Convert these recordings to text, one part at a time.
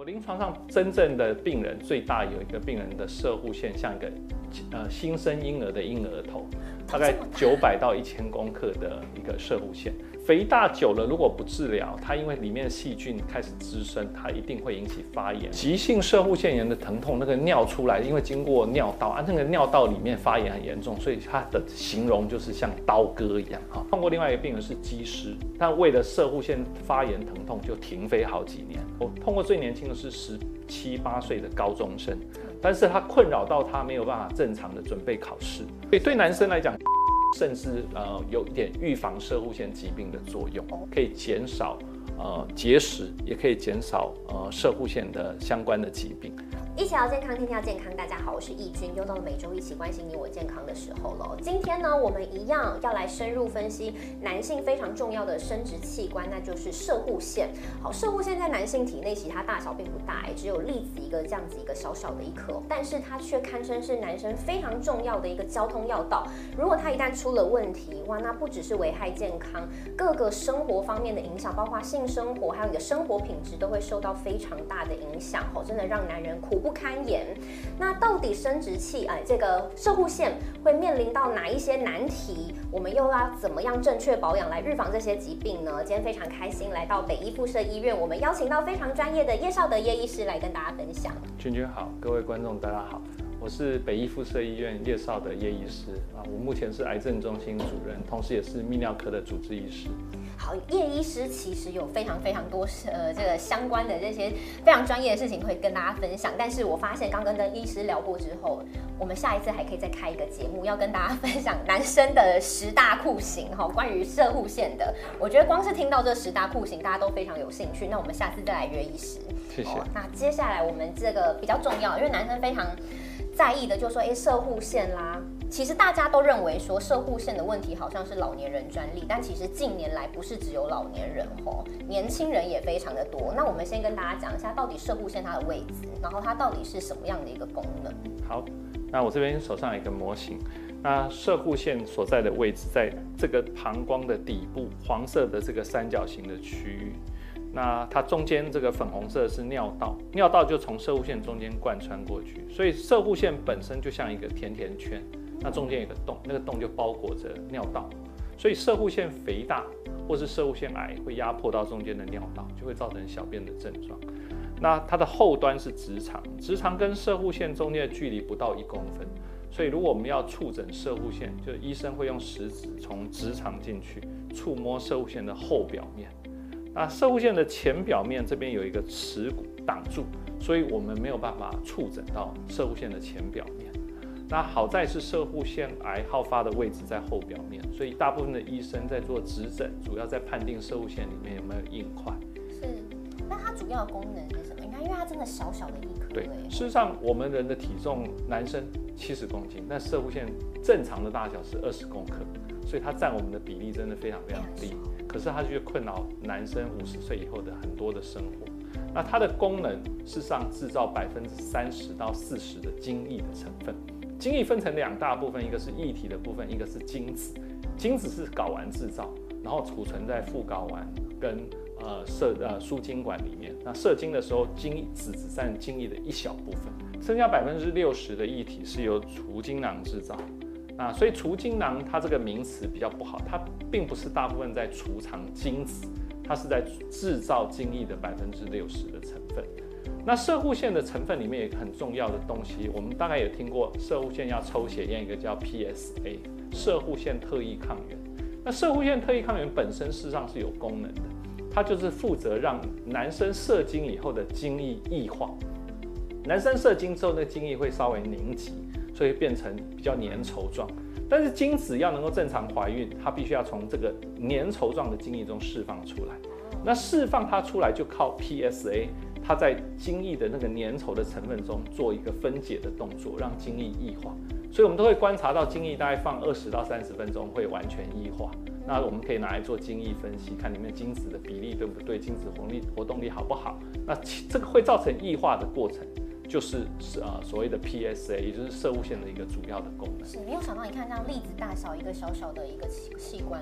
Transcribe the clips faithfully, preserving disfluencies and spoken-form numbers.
我临床上真正的病人最大有一个病人的摄护腺像一个呃新生婴儿的婴儿头，大概九百到一千公克的一个摄护腺。肥大久了，如果不治疗，它因为里面细菌开始滋生，它一定会引起发炎。急性摄护腺炎的疼痛，那个尿出来，因为经过尿道啊，那个尿道里面发炎很严重，所以它的形容就是像刀割一样哈。碰过另外一个病人是机师，他为了摄护腺发炎疼痛就停飞好几年。我碰过最年轻的是十七八岁的高中生，但是他困扰到他没有办法正常的准备考试，所以对男生来讲，甚至呃有一点预防摄护腺疾病的作用，可以减少呃结石，也可以减少呃摄护腺的相关的疾病。 一起聊健康，天天要健康。大家好，我是易君，又到了每周一起关心你我健康的时候了。今天呢，我们一样要来深入分析男性非常重要的生殖器官，那就是摄护腺。好，摄护腺在男性体内其实它大小并不大，只有粒子一个这样子一个小小的一颗，但是它却堪称是男生非常重要的一个交通要道。如果它一旦出了问题，哇，那不只是危害健康，各个生活方面的影响，包括性生活，还有你的生活品质都会受到非常大的影响。好，真的让男人苦不堪言。那到底生殖器哎，这个摄护腺会面临到哪一些难题？我们又要怎么样正确保养来预防这些疾病呢？今天非常开心来到北医附设医院，我们邀请到非常专业的叶绍德叶医师来跟大家分享。 君君好，各位观众大家好，我是北医附设医院叶绍德叶医师啊，我目前是癌症中心主任，同时也是泌尿科的主治医师。 好，叶医师其实有非常非常多呃这个相关的这些非常专业的事情会跟大家分享，但是我发现刚跟跟医师聊过之后，我们下一次还可以再开一个节目，要跟大家分享男生的十大酷刑哈，关于摄护腺的。我觉得光是听到这十大酷刑，大家都非常有兴趣。那我们下次再来约医师。 谢谢。 哦、那接下来我们这个比较重要，因为男生非常在意的就是说，哎，摄护腺啦。其实大家都认为说摄护腺的问题好像是老年人专利，但其实近年来不是只有老年人吼，年轻人也非常的多。那我们先跟大家讲一下，到底摄护腺它的位置，然后它到底是什么样的一个功能？ 好，那我这边手上有一个模型，那摄护腺所在的位置在这个膀胱的底部，黄色的这个三角形的区域。那它中间这个粉红色是尿道，尿道就从摄护腺中间贯穿过去，所以摄护腺本身就像一个甜甜圈。那中间有个洞，那个洞就包裹着尿道，所以摄护腺肥大或是摄护腺癌会压迫到中间的尿道，就会造成小便的症状。那它的后端是直肠，直肠跟摄护腺中间的距离不到一公分，所以如果我们要触诊摄护腺，就医生会用食指从直肠进去触摸摄护腺的后表面。那摄护腺的前表面这边有一个耻骨挡住，所以我们没有办法触诊到摄护腺的前表面。那好在是摄护腺癌好发的位置在后表面，所以大部分的医生在做指诊，主要在判定摄护腺里面有没有硬块。 是，那它主要的功能是什么？你看，因为它真的小小的一颗。 对，事实上我们人的体重，男生七十公斤，但摄护腺正常的大小是二十公克，所以它占我们的比例真的非常非常低。可是它却困扰男生五十岁以后的很多的生活。那它的功能事实上制造百分之三十到四十的精液的成分。精液分成两大部分，一个是液体的部分，一个是精子。精子是睾丸制造，然后储存在副睾丸跟呃射呃输精管里面。那射精的时候，精子只占精液的一小部分，剩下百分之六十的液体是由储精囊制造。那所以储精囊它这个名词比较不好，它并不是大部分在储藏精子，它是在制造精液的百分之六十的成分。那摄护腺的成分里面有一个很重要的东西，我们大概有听过，摄护腺要抽血验一个叫 P S A， 摄护腺特异抗原。那摄护腺特异抗原本身事实上是有功能的，它就是负责让男生射精以后的精液液化。男生射精之后，那精液会稍微凝集，所以变成比较粘稠状。但是精子要能够正常怀孕，它必须要从这个粘稠状的精液中释放出来。那释放它出来就靠 P S A。它在精液的那个粘稠的成分中做一个分解的动作，让精液液化。所以我们都会观察到精液大概放二十到三十分钟会完全液化。那我们可以拿来做精液分析，看里面精子的比例对不对，精子活力活动力好不好。那这个会造成液化的过程，就是呃所谓的 P S A， 也就是摄护腺的一个主要的功能。 是没有想到，你看这样粒子大小一个小小的一个器官哦，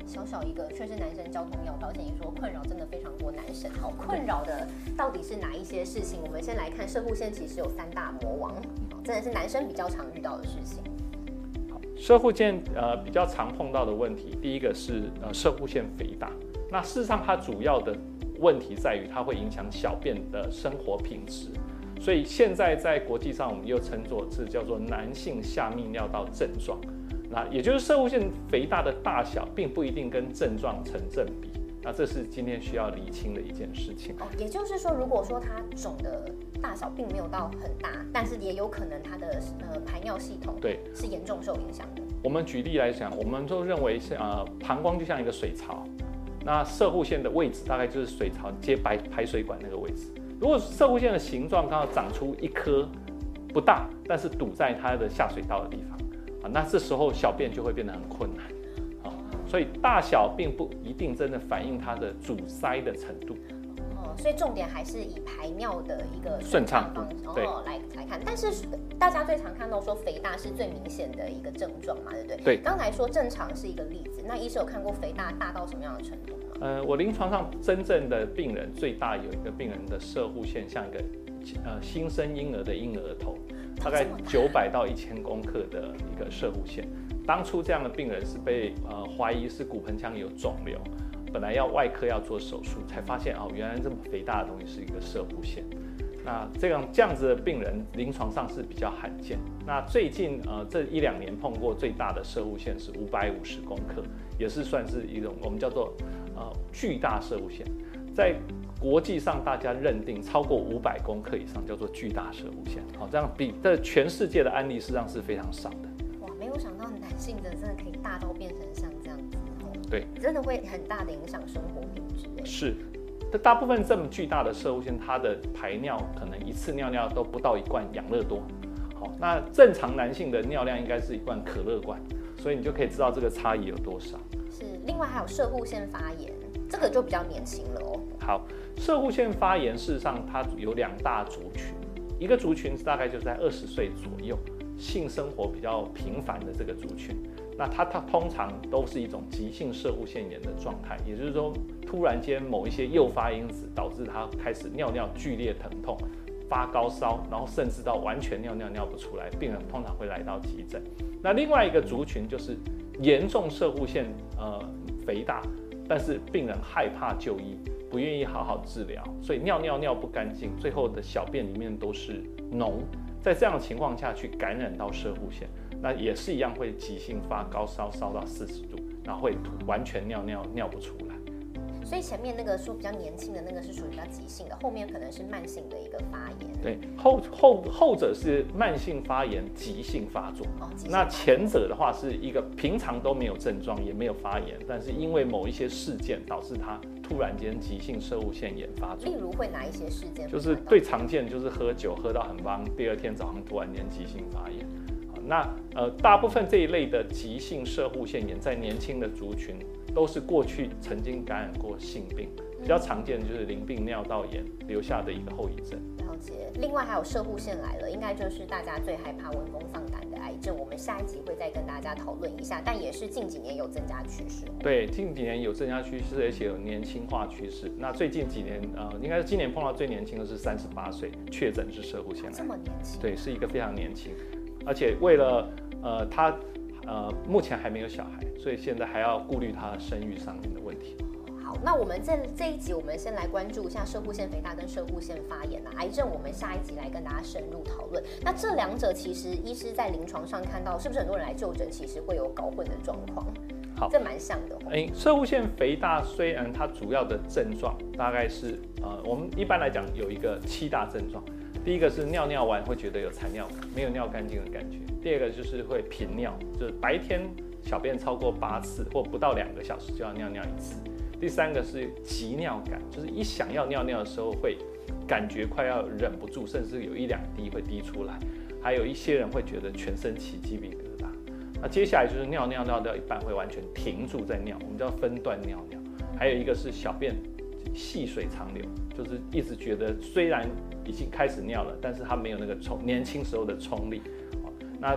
小小一个却是男生交通要道，而且你说困扰真的非常多男生。好，困扰的到底是哪一些事情？我们先来看射护腺，其实有三大魔王，真的是男生比较常遇到的事情。 射护腺呃比较常碰到的问题，第一个是呃射护腺肥大。那事实上它主要的问题在于它会影响小便的生活品质，所以现在在国际上我们又称作是叫做男性下泌尿道症状。那也就是射护腺肥大的大小并不一定跟症状成正比。那这是今天需要厘清的一件事情。 哦，也就是说，如果说它肿的大小并没有到很大，但是也有可能它的呃排尿系统对是严重受影响的。 我们举例来讲，我们都认为是呃膀胱就像一个水槽，那射护腺的位置大概就是水槽接排排水管那个位置。如果射护腺的形状刚好长出一颗不大，但是堵在它的下水道的地方啊，那这时候小便就会变得很困难。所以大小并不一定真的反映它的阻塞的程度。 哦，所以重点还是以排尿的一个顺畅方式哦来来看。但是大家最常看到说肥大是最明显的一个症状嘛，对不对？ 对。 刚才说正常是一个例子，那医生有看过肥大大到什么样的程度吗？ 呃，我临床上真正的病人最大有一个病人的射护腺像一个呃新生婴儿的婴儿头，大概九百到一千公克的一个射护腺。当初这样的病人是被呃怀疑是骨盆腔有肿瘤，本来要外科要做手术，才发现哦，原来这么肥大的东西是一个射护腺。那这样这样子的病人临床上是比较罕见。那最近呃这一两年碰过最大的射护腺是五百五十公克，也是算是一种我们叫做呃巨大射护腺。在国际上大家认定超过五百公克以上叫做巨大射护腺。好，这样比这全世界的案例事实上是非常少的。 没有想到男性的真的可以大到变成像这样子， 对， 真的会很大的影响生活品质。 是，大部分这么巨大的射护腺，它的排尿可能一次尿尿都不到一罐养乐多。好，那正常男性的尿量应该是一罐可乐罐，所以你就可以知道这个差异有多少。 是，另外还有射护腺发炎，这个就比较年轻了哦。 好，射护腺发炎事实上它有两大族群，一个族群大概就在二十岁左右。性生活比较频繁的这个族群，那它它通常都是一种急性射护腺炎的状态，也就是说，突然间某一些诱发因子导致它开始尿尿剧烈疼痛、发高烧，然后甚至到完全尿尿尿不出来，病人通常会来到急诊。那另外一个族群就是严重射护腺呃肥大，但是病人害怕就医，不愿意好好治疗，所以尿尿尿不干净，最后的小便里面都是脓。在这样的情况下去感染到射护腺，那也是一样会急性发高烧，烧到四十度，然后会完全尿尿尿不出来。 所以前面那个说比较年轻的那个是属于比较急性的，后面可能是慢性的一个发炎。 对，后后后者是慢性发炎急性发作，哦、那前者的话是一个平常都没有症状，也没有发炎，但是因为某一些事件导致它突然间急性射护腺炎发作。 例如会哪一些事件？ 就是最常见就是喝酒喝到很忙，第二天早上突然间急性发炎。那呃大部分这一类的急性射护腺炎在年轻的族群都是过去曾经感染过性病，比较常见就是淋病尿道炎留下的一个后遗症。 了解。另外还有射护腺来了，应该就是大家最害怕闻风丧胆的癌症，我们下一集会再跟大家讨论一下，但也是近几年有增加趋势。 对，近几年有增加趋势，而且有年轻化趋势。那最近几年呃应该是今年碰到最年轻的是三十八岁确诊是射护腺癌， 这么年轻？ 对，是一个非常年轻。而且为了呃他呃目前还没有小孩，所以现在还要顾虑他的生育上面的问题。 好，那我们这这一集我们先来关注一下射护腺肥大跟射护腺发炎啊，癌症我们下一集来跟大家深入讨论。那这两者其实医师在临床上看到，是不是很多人来就诊其实会有搞混的状况？ 好， 这蛮像的。 哎、欸，射护腺肥大虽然它主要的症状大概是呃我们一般来讲有一个七大症状。第一个是尿尿完会觉得有残尿感，没有尿干净的感觉。第二个就是会频尿，就是白天小便超过八次或不到两个小时就要尿尿一次。第三个是急尿感，就是一想要尿尿的时候会感觉快要忍不住，甚至有一两滴会滴出来。还有一些人会觉得全身起鸡皮疙瘩。那接下来就是尿尿尿到一半会完全停住再尿，我们叫分段尿尿。还有一个是小便细水长流，就是一直觉得虽然已经开始尿了，但是他没有那个冲年轻时候的冲力。那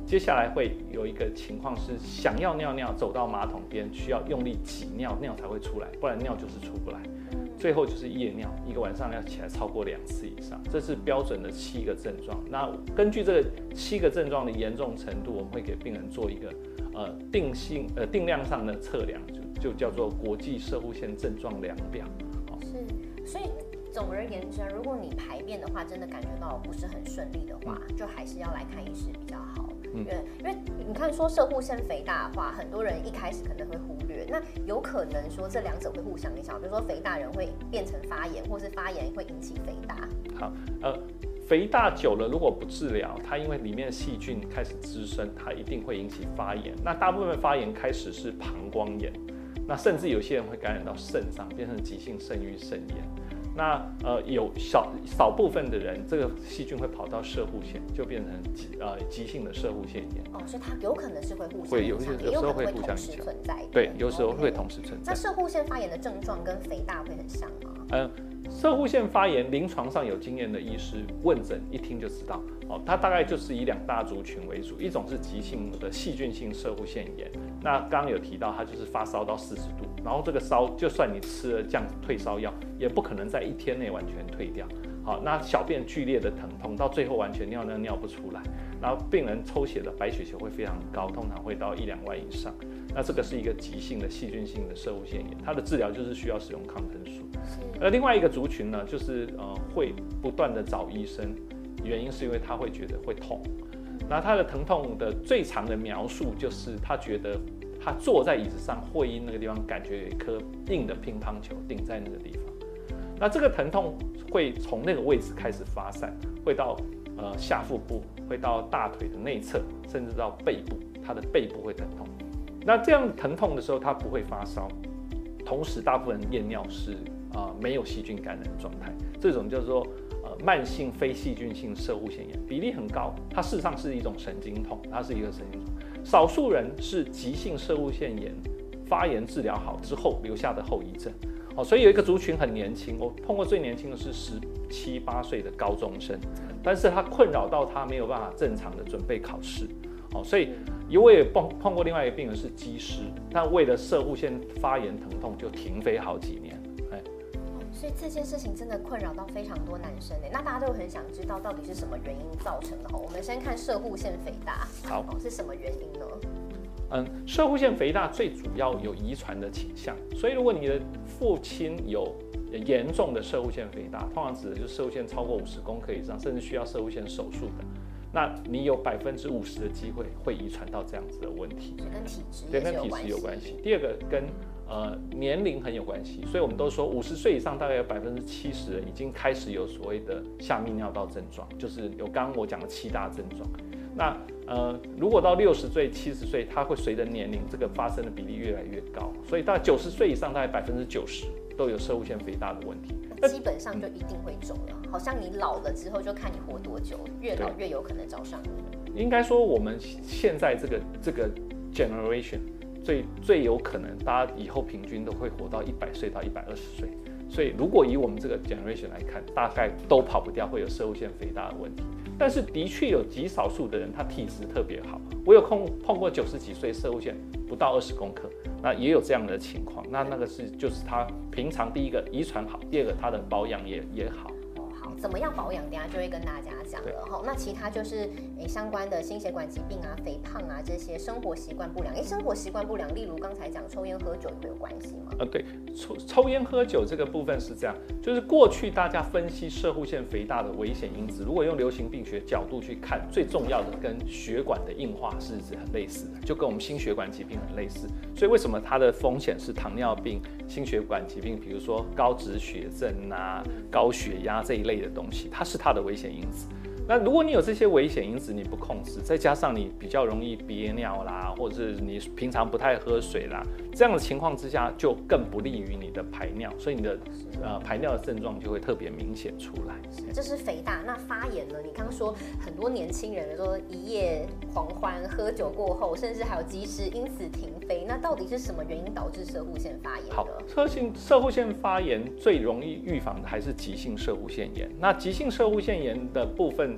接下来会有一个情况是想要尿尿，走到马桶边需要用力挤尿，尿才会出来，不然尿就是出不来。最后就是夜尿，一个晚上要起来超过两次以上，这是标准的七个症状。那根据这个七个症状的严重程度，我们会给病人做一个呃定性呃定量上的测量，就就叫做国际摄护腺症状量表。哦、 是，所以。总而言之，如果你排便的话，真的感觉到不是很顺利的话，嗯、就还是要来看医师比较好。嗯、因为因为你看说摄护腺肥大的话，很多人一开始可能会忽略，那有可能说这两者会互相影响，比如说肥大人会变成发炎，或是发炎会引起肥大。 好，呃，肥大久了如果不治疗，它因为里面的细菌开始滋生，它一定会引起发炎。那大部分发炎开始是膀胱炎，那甚至有些人会感染到肾脏，变成急性肾盂肾炎。那呃有少少部分的人，这个细菌会跑到摄护腺，就变成急呃急性的摄护腺炎。 哦，所以它有可能是会互相会有影响， 有时候会互相存在。 对，有时候会同时存在。 那摄护腺发炎的症状跟肥大会很像吗？ 嗯、呃，摄护腺发炎，临床上有经验的医师问诊一听就知道，哦，它大概就是以两大族群为主，一种是急性的细菌性摄护腺炎，那刚刚有提到它就是发烧到四十度，然后这个烧就算你吃了降退烧药，也不可能在一天内完全退掉。好，那小便剧烈的疼痛，到最后完全尿尿尿不出来，然后病人抽血的白血球会非常高，通常会到一两万以上。那这个是一个急性的细菌性的摄护腺炎，它的治疗就是需要使用抗生素。而另外一个族群呢，就是呃会不断的找医生，原因是因为他会觉得会痛。那他的疼痛的最长的描述就是他觉得他坐在椅子上会阴那个地方，感觉有一颗硬的乒乓球顶在那个地方。那这个疼痛会从那个位置开始发散，会到呃下腹部，会到大腿的内侧，甚至到背部，他的背部会疼痛。那这样疼痛的时候，他不会发烧，同时大部分验尿是啊、呃、没有细菌感染的状态，这种叫做呃慢性非细菌性摄护腺炎，比例很高，它事实上是一种神经痛，它是一个神经痛。少数人是急性摄护腺炎发炎治疗好之后留下的后遗症。哦，所以有一个族群很年轻，我碰过最年轻的是十七八岁的高中生，但是他困扰到他没有办法正常的准备考试。哦，所以我也碰碰过另外一个病人是机师，但为了摄护腺发炎疼痛就停飞好几年。哎， 所以这件事情真的困扰到非常多男生哎，那大家都很想知道到底是什么原因造成的哈。我们先看摄护腺肥大， 好， 是什么原因呢？ 嗯，摄护腺肥大最主要有遗传的倾向，所以如果你的父亲有严重的摄护腺肥大，通常指的就是摄护腺超过五十公克以上，甚至需要摄护腺手术的，那你有百分之五十的机会会遗传到这样子的问题。 所以跟体质对，跟体质有关系。第二个跟呃年龄很有关系，所以我们都说五十岁以上大概有百分之七十人已经开始有所谓的下泌尿道症状，就是有刚刚我讲的七大症状。那呃，如果到六十岁、七十岁，它会随着年龄这个发生的比例越来越高，所以大概九十岁以上，大概百分之九十都有摄护腺肥大的问题。 基本上就一定会中了，好像你老了之后就看你活多久，越老越有可能找上你。 应该说我们现在这个这个 generation 最最有可能，大家以后平均都会活到一百岁到一百二十岁。所以如果以我们这个 generation 来看，大概都跑不掉会有摄护腺肥大的问题。但是的确有极少数的人，他体质特别好。我有碰碰过九十几岁摄护腺不到二十公克，那也有这样的情况。那那个是就是他平常第一个遗传好，第二个他的保养也也好。 怎么样保养？等一下就会跟大家讲了哈。那其他就是诶相关的心血管疾病啊、肥胖啊这些生活习惯不良。诶，生活习惯不良，例如刚才讲抽烟喝酒，会有关系吗？ 呃，对，抽抽烟喝酒这个部分是这样，就是过去大家分析摄护腺肥大的危险因子，如果用流行病学角度去看，最重要的跟血管的硬化是很类似的，就跟我们心血管疾病很类似。所以为什么它的风险是糖尿病、心血管疾病，比如说高脂血症啊、高血压这一类的东西，它是它的危险因子。那如果你有这些危险因子你不控制，再加上你比较容易憋尿啦，或者是你平常不太喝水啦，这样的情况之下就更不利于你的排尿，所以你的呃排尿的症状就会特别明显出来。 这是肥大。那发炎呢？你刚刚说很多年轻人说一夜狂欢，喝酒过后，甚至还有机师因此停飞。那到底是什么原因导致摄护腺发炎的？ 好，摄性摄护腺发炎最容易预防的还是急性摄护腺炎。那急性摄护腺炎的部分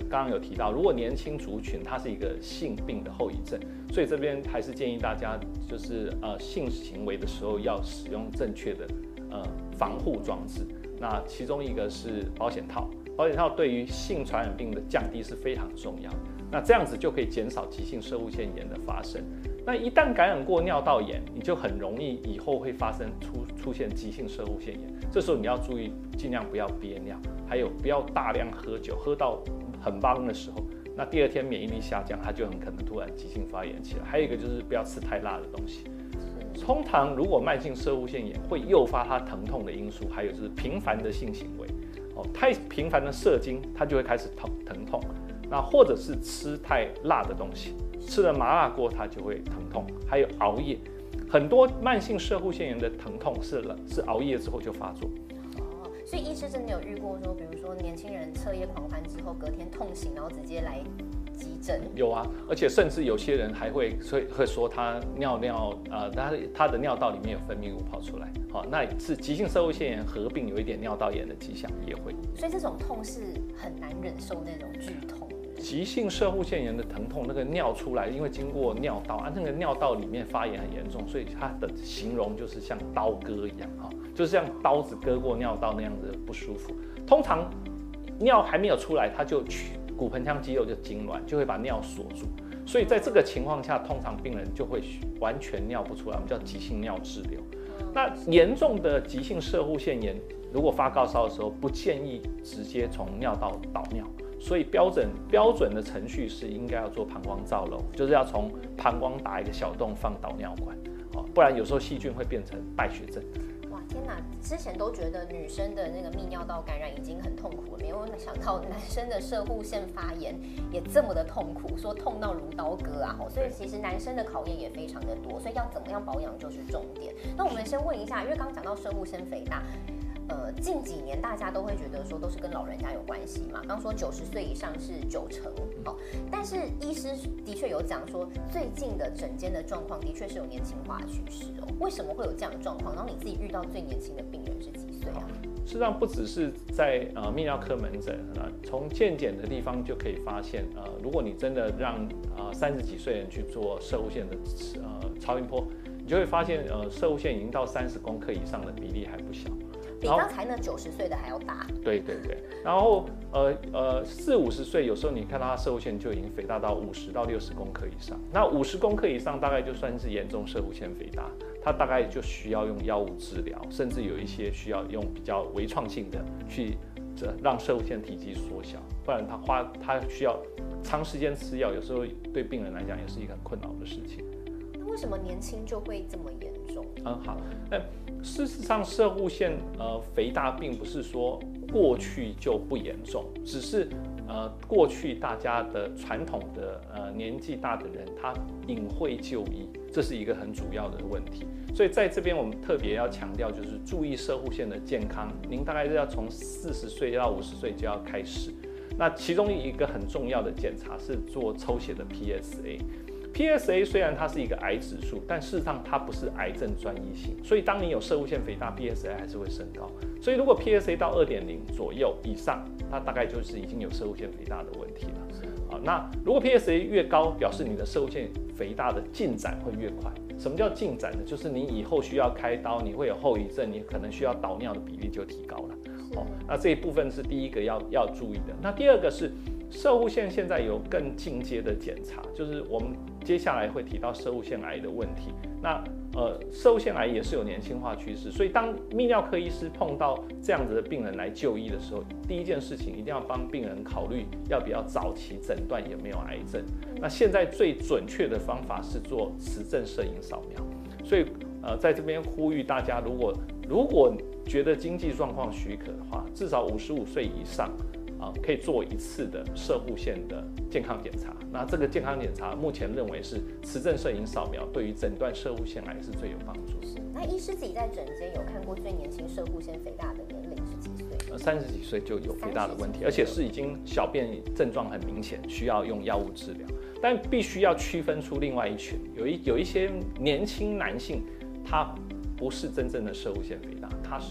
刚刚有提到，如果年轻族群它是一个性病的后遗症，所以这边还是建议大家就是呃性行为的时候要使用正确的呃防护装置。那其中一个是保险套，保险套对于性传染病的降低是非常重要的。那这样子就可以减少急性攝護腺炎的发生。那一旦感染过尿道炎，你就很容易以后会发生出出现急性攝護腺炎。这时候你要注意，尽量不要憋尿，还有不要大量喝酒，喝到很忙的时候，那第二天免疫力下降，它就很可能突然急性发炎起来。还有一个就是不要吃太辣的东西。通常如果慢性攝護腺炎会诱发它疼痛的因素，还有就是频繁的性行为，哦，太频繁的射精，它就会开始疼疼痛。那或者是吃太辣的东西，吃了麻辣锅它就会疼痛，还有熬夜，很多慢性攝護腺炎的疼痛是是熬夜之后就发作。 哦，所以医师真的有遇过说，比如说年轻人彻夜狂欢之后，隔天痛醒，然后直接来急诊？ 有啊，而且甚至有些人还会会会说他尿尿，呃，他他的尿道里面有分泌物跑出来，好，那是急性攝護腺炎合并有一点尿道炎的迹象也会。 所以这种痛是很难忍受那种剧痛。 急性攝護腺炎的疼痛，那个尿出来，因为经过尿道啊，那个尿道里面发炎很严重，所以它的形容就是像刀割一样哈，就是像刀子割过尿道那样子不舒服。通常尿还没有出来，它就骨盆腔肌肉就痉挛，就会把尿锁住。所以在这个情况下，通常病人就会完全尿不出来，我们叫急性尿滞留。那严重的急性攝護腺炎，如果发高烧的时候，不建议直接从尿道导尿。所以标准标准的程序是应该要做膀胱造瘘，就是要从膀胱打一个小洞放导尿管，不然有时候细菌会变成败血症。 哇，天哪！之前都觉得女生的那个泌尿道感染已经很痛苦了，没有想到男生的攝護腺发炎也这么的痛苦，说痛到如刀割啊！所以其实男生的考验也非常的多，所以要怎么样保养就是重点。那我们先问一下，因为刚刚讲到攝護腺肥大。呃，近几年大家都会觉得说都是跟老人家有关系嘛，刚说九十岁以上是九成，好，但是医师的确有讲说，最近的诊间的状况的确是有年轻化的趋势哦。为什么会有这样的状况？然后你自己遇到最年轻的病人是几岁啊？ 事实上，不只是在呃泌尿科门诊，呃，从健检的地方就可以发现，呃，如果你真的让呃三十几岁人去做攝護腺的呃超音波，你就会发现，呃，攝護腺已经到三十公克以上的比例还不小。 比刚才那九十岁的还要大。 对对对，然后呃呃四五十岁，有时候你看到他攝護腺就已经肥大到五十到六十公克以上。那五十公克以上大概就算是严重攝護腺肥大，它大概就需要用药物治疗，甚至有一些需要用比较微创性的去让攝護腺体积缩小，不然它花它需要长时间吃药，有时候对病人来讲也是一个很困扰的事情。 那为什么年轻就会这么严重？ 嗯，好，那事实上攝護腺呃肥大并不是说过去就不严重，只是呃过去大家的传统的呃年纪大的人他隐晦就医，这是一个很主要的问题。所以在这边我们特别要强调，就是注意攝護腺的健康，您大概是要从四十岁到五十岁就要开始。那其中一个很重要的检查是做抽血的 P S A。P S A 虽然它是一个癌指数，但事实上它不是癌症专一性，所以当你有攝護腺肥大 ，P S A 还是会升高。所以如果 P S A 到 二点零 左右以上，它大概就是已经有攝護腺肥大的问题了。啊，那如果 P S A 越高，表示你的攝護腺肥大的进展会越快。什么叫进展呢？就是你以后需要开刀，你会有后遗症，你可能需要导尿的比例就提高了。哦，那这一部分是第一个要要注意的。那第二个是攝護腺现在有更进阶的检查，就是我们接下来会提到攝護腺癌的问题。那呃，攝護腺癌也是有年轻化趋势，所以当泌尿科医师碰到这样子的病人来就医的时候，第一件事情一定要帮病人考虑要不要早期诊断有没有癌症。那现在最准确的方法是做磁振摄影扫描，所以呃，在这边呼吁大家，如果如果觉得经济状况许可的话，至少五十五岁以上。啊，可以做一次的攝護腺的健康检查。那这个健康检查目前认为是磁振摄影扫描，对于诊断攝護腺癌是最有帮助。 是。那医师自己在诊间有看过最年轻攝護腺肥大的年龄是几岁？ 呃，三十几岁就有肥大的问题，而且是已经小便症状很明显，需要用药物治疗。但必须要区分出另外一群，有一有一些年轻男性，他不是真正的攝護腺肥大，他是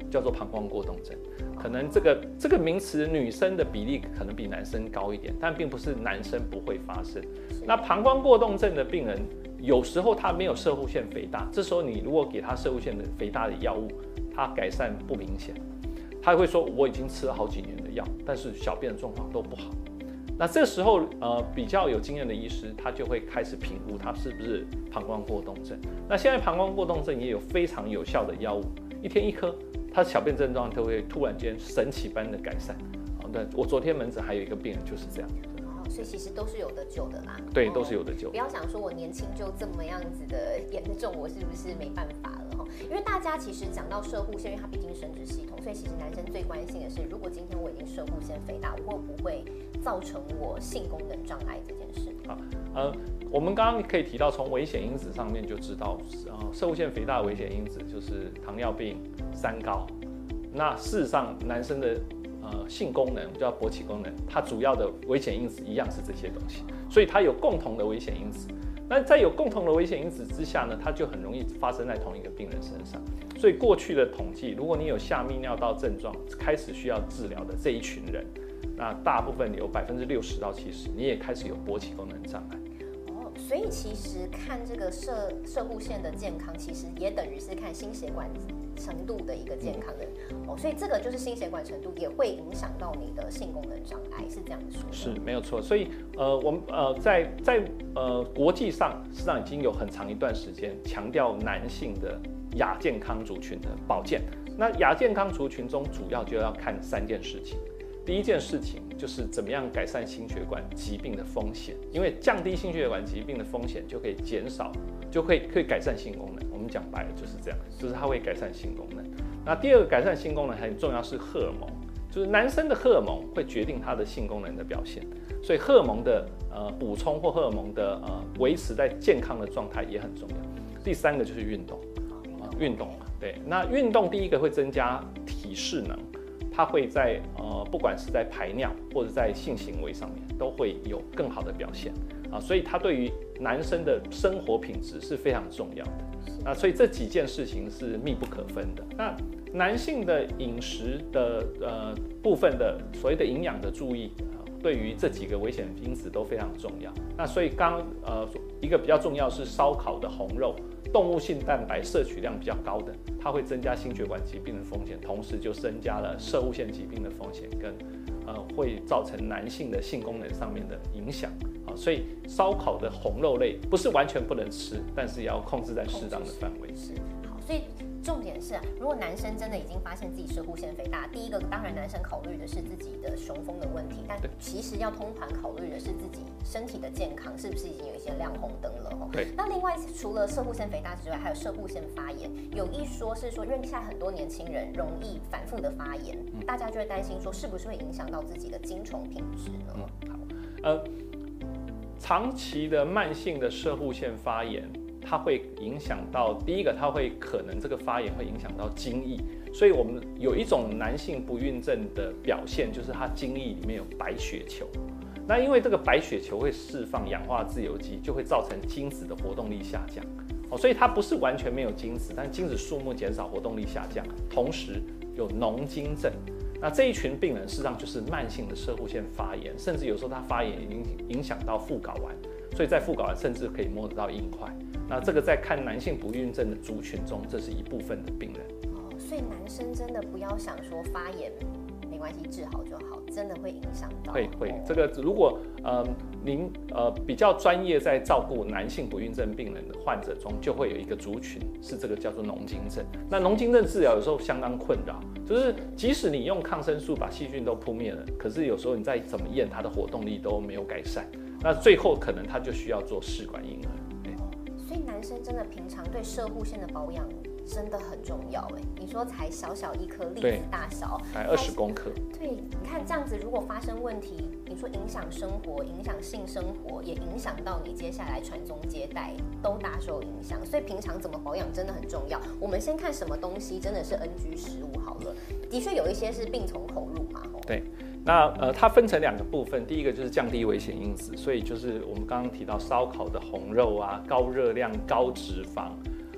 叫做膀胱过动症。可能这个这个名词女生的比例可能比男生高一点，但并不是男生不会发生。那膀胱过动症的病人，有时候他没有攝護腺肥大，这时候你如果给他攝護腺的肥大的药物，他改善不明显，他会说我已经吃了好几年的药，但是小便的状况都不好。那这时候呃比较有经验的医师，他就会开始评估他是不是膀胱过动症。那现在膀胱过动症也有非常有效的药物，一天一颗，他小便症状就会突然间神奇般的改善。好，那我昨天门诊还有一一个病人就是这样。 所以其实都是有得救的啦。 对，都是有得救。 不要想说我年轻就这么样子的严重，我是不是没办法了哈？因为大家其实讲到攝護腺，因为它毕竟是生殖系统，所以其实男生最关心的是，如果今天我已经攝護腺肥大，会不会造成我性功能障碍这件事？ 好，呃，我们刚刚可以提到，从危险因子上面就知道，呃，攝護腺肥大的危险因子就是糖尿病、三高。那事实上，男生的呃，性功能叫勃起功能，它主要的危险因子一样是这些东西，所以它有共同的危险因子。那在有共同的危险因子之下呢，它就很容易发生在同一个病人身上。所以过去的统计，如果你有下泌尿道症状开始需要治疗的这一群人，那大部分有百分之六十到七十，你也开始有勃起功能障碍。 所以其实看这个攝攝護腺的健康，其实也等于是看心血管程度的一个健康的、嗯、哦，所以这个就是心血管程度也会影响到你的性功能障碍，是这样子说的？ 是没有错。所以呃，我们呃在在呃国际上，实际上已经有很长一段时间强调男性的亚健康族群的保健。那亚健康族群中，主要就要看三件事情。第一件事情就是怎么样改善心血管疾病的风险，因为降低心血管疾病的风险，就可以减少，就可以可以改善性功能。我们讲白了就是这样，就是它会改善性功能。那第二个改善性功能很重要是荷尔蒙，就是男生的荷尔蒙会决定他的性功能的表现，所以荷尔蒙的呃补充或荷尔蒙的呃维持在健康的状态也很重要。第三个就是运动，啊运动，对，那运动第一个会增加体适能。它会在呃，不管是在排尿或者在性行为上面，都会有更好的表现啊，所以它对于男生的生活品质是非常重要的。那所以这几件事情是密不可分的。那男性的饮食的呃部分的所谓的营养的注意，呃、对于这几个危险因子都非常重要。那所以刚呃一个比较重要是烧烤的红肉。动物性蛋白摄取量比较高的，它会增加心血管疾病的风险，同时就增加了攝護腺疾病的风险，跟呃会造成男性的性功能上面的影响。啊，所以烧烤的红肉类不是完全不能吃，但是也要控制在适当的范围。 是，好，所以重点是，如果男生真的已经发现自己攝護腺肥大，第一个当然男生考虑的是自己的雄风的问题，但其实要通盘考虑的是自己身体的健康是不是已经有一些亮红灯了。 对。 那另外除了攝護腺肥大之外，还有攝護腺发炎，有一说是说，因为现在很多年轻人容易反复的发炎，嗯、大家就会担心说，是不是会影响到自己的精虫品质呢？ 嗯，好，呃，长期的慢性的攝護腺发炎。它会影响到第一个，它会可能这个发炎会影响到精液，所以我们有一种男性不孕症的表现，就是它精液里面有白血球。那因为这个白血球会释放氧化自由基，就会造成精子的活动力下降。哦，所以它不是完全没有精子，但精子数目减少，活动力下降，同时有脓精症。那这一群病人事实上就是慢性的攝護腺发炎，甚至有时候它发炎已经影响到副睾丸，所以在副睾丸甚至可以摸得到硬块。那这个在看男性不孕症的族群中，这是一部分的病人。 哦，所以男生真的不要想说发炎没关系，治好就好，真的会影响到。 会会，这个如果呃您呃比较专业在照顾男性不孕症病人的患者中，就会有一个族群是这个叫做脓精症。那脓精症治疗有时候相当困扰，就是即使你用抗生素把细菌都扑灭了，可是有时候你再怎么验，它的活动力都没有改善。那最后可能他就需要做试管婴儿。 所以男生真的平常对攝護腺的保养真的很重要哎。你说才小小一颗粒子大小， 才二十公克。 对，你看这样子，如果发生问题，你说影响生活、影响性生活，也影响到你接下来传宗接代，都大受影响。所以平常怎么保养真的很重要。我们先看什么东西真的是 N G 食物好了，的确有一些是病从口入嘛。 对。那呃，它分成两个部分，第一个就是降低危险因子，所以就是我们刚刚提到烧烤的红肉啊，高热量、高脂肪，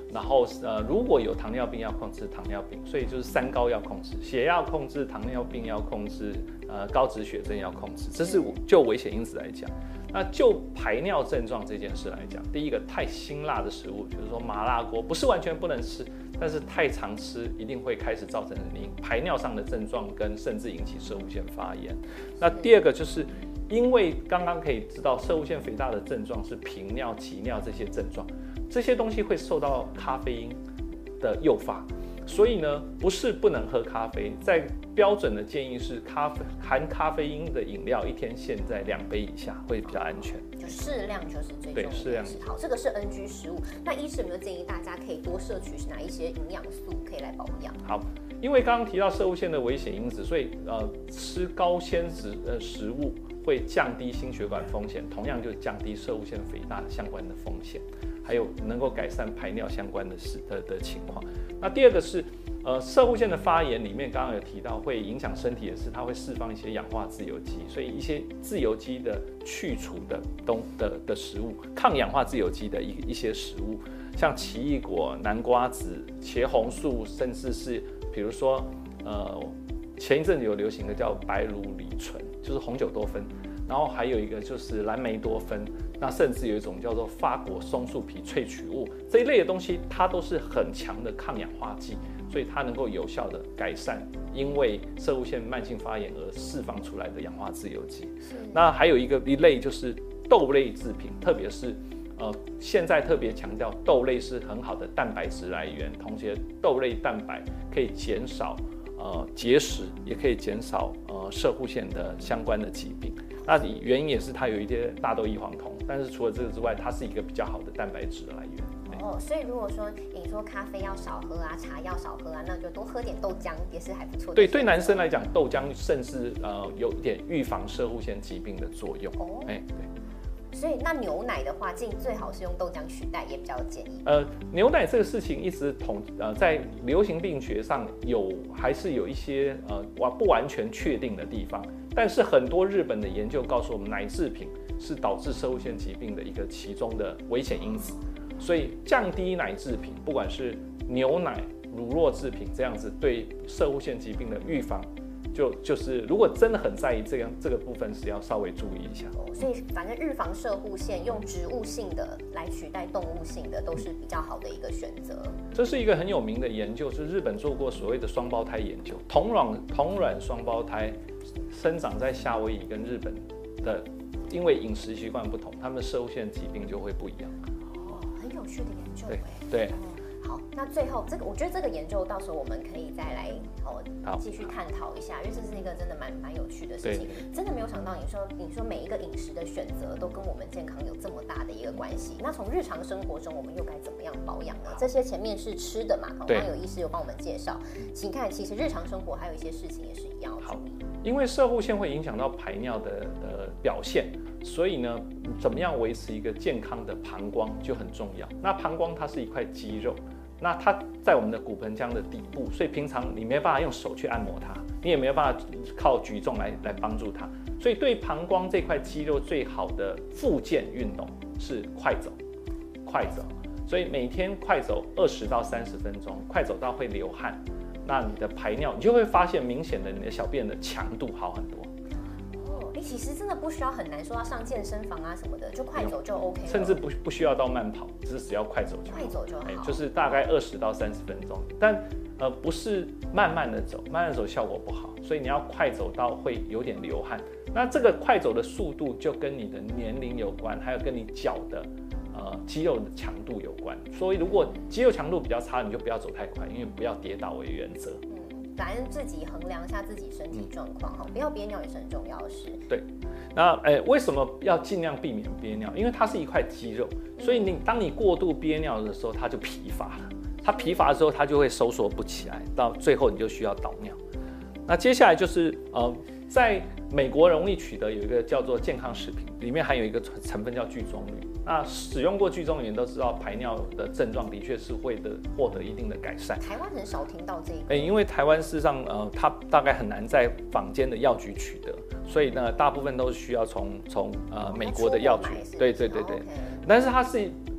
然后呃，如果有糖尿病要控制糖尿病，所以就是三高要控制，血压要控制，糖尿病要控制，呃，高脂血症要控制，这是就危险因子来讲。那就排尿症状这件事来讲，第一个太辛辣的食物，比如说麻辣锅，不是完全不能吃，但是太常吃一定会开始造成你排尿上的症状，跟甚至引起攝護腺发炎。那第二个就是。因为刚刚可以知道，攝護腺肥大的症状是频尿、急尿这些症状，这些东西会受到咖啡因的诱发，所以呢，不是不能喝咖啡，在标准的建议是咖啡含咖啡因的饮料一天限在两杯以下，会比较安全。 就适量就是最重要的。 对，适量。 好，这个是 N G 食物。那医师有没有建议大家可以多摄取哪一些营养素可以来保养？ 好。因为刚刚提到攝護腺的危险因子，所以呃吃高纤质的食物会降低心血管风险，同样就降低攝護腺肥大相关的风险，还有能够改善排尿相关的事的的情况。那第二个是呃攝護腺的发炎里面刚刚有提到会影响身体的是它会释放一些氧化自由基，所以一些自由基的去除的东的的食物，抗氧化自由基的一一些食物，像奇异果、南瓜子、茄红素，甚至是比如说，呃，前一阵子有流行的叫白藜芦醇，就是红酒多酚，然后还有一个就是蓝莓多酚，那甚至有一种叫做法国松树皮萃取物这一类的东西，它都是很强的抗氧化剂，所以它能够有效的改善因为攝護腺慢性发炎而释放出来的氧化自由基。那还有一个一类就是豆类制品，特别是。呃，现在特别强调豆类是很好的蛋白质来源，同时豆类蛋白可以减少呃结石，也可以减少呃攝護腺的相关的疾病。那原因也是它有一些大豆异黄酮，但是除了这个之外，它是一个比较好的蛋白质来源。 哦，所以如果说你说咖啡要少喝啊，茶要少喝啊，那就多喝点豆浆也是还不错的。 对，对男生来讲，豆浆甚至呃有一点预防攝護腺疾病的作用。哦，哎，对。 所以那牛奶的话，尽最好是用豆浆取代，也比较建议。 呃，牛奶这个事情一直统呃在流行病学上有还是有一些呃不完全确定的地方，但是很多日本的研究告诉我们，奶制品是导致攝護腺疾病的一个其中的危险因子，所以降低奶制品，不管是牛奶、乳酪制品这样子，对攝護腺疾病的预防。就就是如果真的很在意这样这个部分，是要稍微注意一下。 哦，所以反正预防攝護腺用植物性的来取代动物性的，都是比较好的一个选择。 这是一个很有名的研究，是日本做过所谓的双胞胎研究，同卵同卵双胞胎生长在夏威夷跟日本的，因为饮食习惯不同，他们攝護腺疾病就会不一样。 哦，很有趣的研究。 对对。哦， 好，那最后这个，我觉得这个研究到时候我们可以再来哦继续探讨一下，因为这是一个真的蛮蛮有趣的事情。真的没有想到，你说你说每一个饮食的选择都跟我们健康有这么大的一个关系。那从日常生活中，我们又该怎么样保养呢？这些前面是吃的嘛，刚刚有医师有帮我们介绍。请看，其实日常生活还有一些事情也是一样的。好， 因为攝護腺会影响到排尿的呃表现，所以呢，怎么样维持一个健康的膀胱就很重要。那膀胱它是一块肌肉。那它在我们的骨盆腔的底部，所以平常你没办法用手去按摩它，你也没有办法靠举重来来帮助它。所以对膀胱这块肌肉最好的复健运动是快走，快走。所以每天快走二十到三十分钟，快走到会流汗，那你的排尿你就会发现明显的你的小便的强度好很多。 哎，其实真的不需要很难说要上健身房啊什么的，就快走就 OK 了， 甚至不不需要到慢跑，只是只要快走就好。 快走就好， 就是大概二十到三十分钟，但呃不是慢慢的走，慢慢的走效果不好，所以你要快走到会有点流汗。那这个快走的速度就跟你的年龄有关，还有跟你脚的呃肌肉的强度有关。所以如果肌肉强度比较差，你就不要走太快，因为不要跌倒为原则。 反正自己衡量一下自己身体状况哈，不要憋尿也是很重要的事。 对，那诶，为什么要尽量避免憋尿？因为它是一块肌肉，所以你当你过度憋尿的时候，它就疲乏了。它疲乏的时候，它就会收缩不起来，到最后你就需要导尿。那接下来就是呃，在美国容易取得有一个叫做健康食品，里面含有一个成分叫聚棕榈。那使用过聚棕榈都知道，排尿的症状的确是会的获得一定的改善。 台湾很少听到这个， 欸、因为台湾事实上呃，它大概很难在坊间的药局取得，所以呢，大部分都是需要从从呃美国的药局，对对对对。但是它是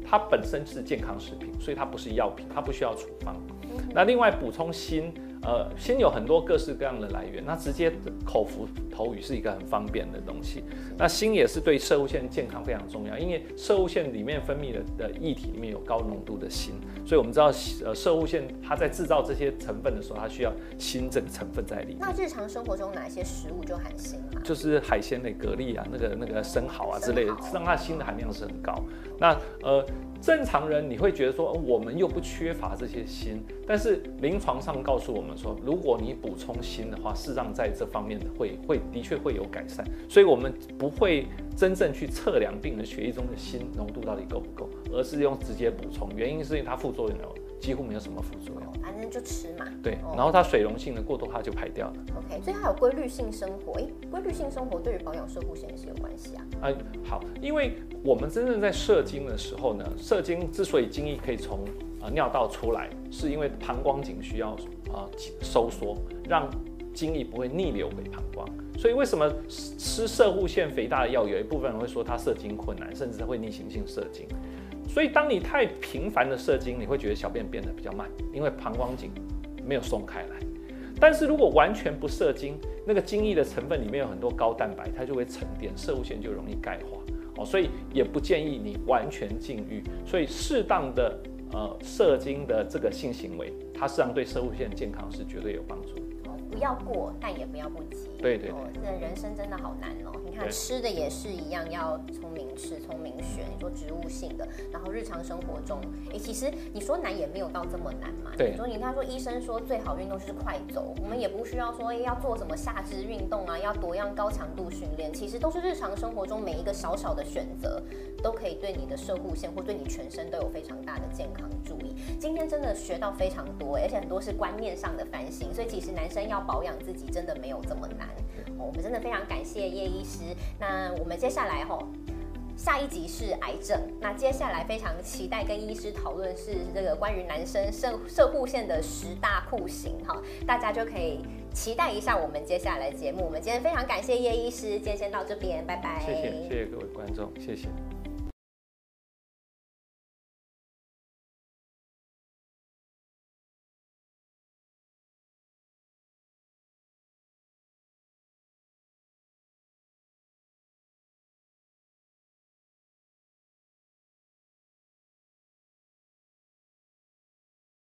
它本身是健康食品，所以它不是药品，它不需要处方。那另外补充锌，呃，锌有很多各式各样的来源，那直接口服投予是一个很方便的东西。那锌也是对攝護腺健康非常重要，因为攝護腺里面分泌的的液体里面有高浓度的锌，所以我们知道，呃，攝護腺它在制造这些成分的时候，它需要锌这个成分在里面。 那日常生活中哪些食物就含锌吗？ 就是海鲜类、蛤蜊啊，那个那个生蚝啊之类的，让它锌的含量是很高。那呃。正常人你会觉得说，我们又不缺乏这些锌，但是临床上告诉我们说，如果你补充锌的话，事实上在这方面的会会的确会有改善，所以我们不会真正去测量病人血液中的锌浓度到底够不够，而是用直接补充，原因是因为它副作用几乎没有什么副作用， 反正就吃嘛。 对，然后它水溶性的过多它就排掉了。 OK， 所以它有规律性生活，哎，规律性生活对于保养攝護腺是有关系啊。 啊、呃，好，因为我们真正在射精的时候呢，射精之所以精液可以从呃尿道出来，是因为膀胱颈需要呃收缩，让精液不会逆流回膀胱。所以为什么吃攝護腺肥大的药，有一部分人会说它射精困难，甚至会逆行性射精。所以当你太频繁的射精，你会觉得小便变得比较慢，因为膀胱颈没有松开来。但是如果完全不射精，那个精液的成分里面有很多高蛋白，它就会沉淀，攝護腺就容易钙化。哦，所以也不建议你完全禁欲。所以适当的呃射精的这个性行为，它实际上对攝護腺健康是绝对有帮助的。 不要过，但也不要不及。 对对对， 哦，这人生真的好难哦。你看吃的也是一样，要聪明吃、聪明选。你说植物性的，然后日常生活中，哎，其实你说难也没有到这么难嘛。 对。 你说你他说医生说最好运动就是快走，我们也不需要说哎要做什么下肢运动啊，要多样高强度训练，其实都是日常生活中每一个小小的选择，都可以对你的攝護腺或对你全身都有非常大的健康注意。今天真的学到非常多，而且很多是观念上的反省，所以其实男生要保养自己真的没有这么难。哦，我们真的非常感谢叶医师。那我们接下来吼，下一集是癌症，那接下来非常期待跟医师讨论是这个关于男生攝攝護腺的十大酷刑哈，大家就可以期待一下我们接下来的节目。我们今天非常感谢叶医师，今天先到这边，拜拜。 谢谢，谢谢各位观众，谢谢。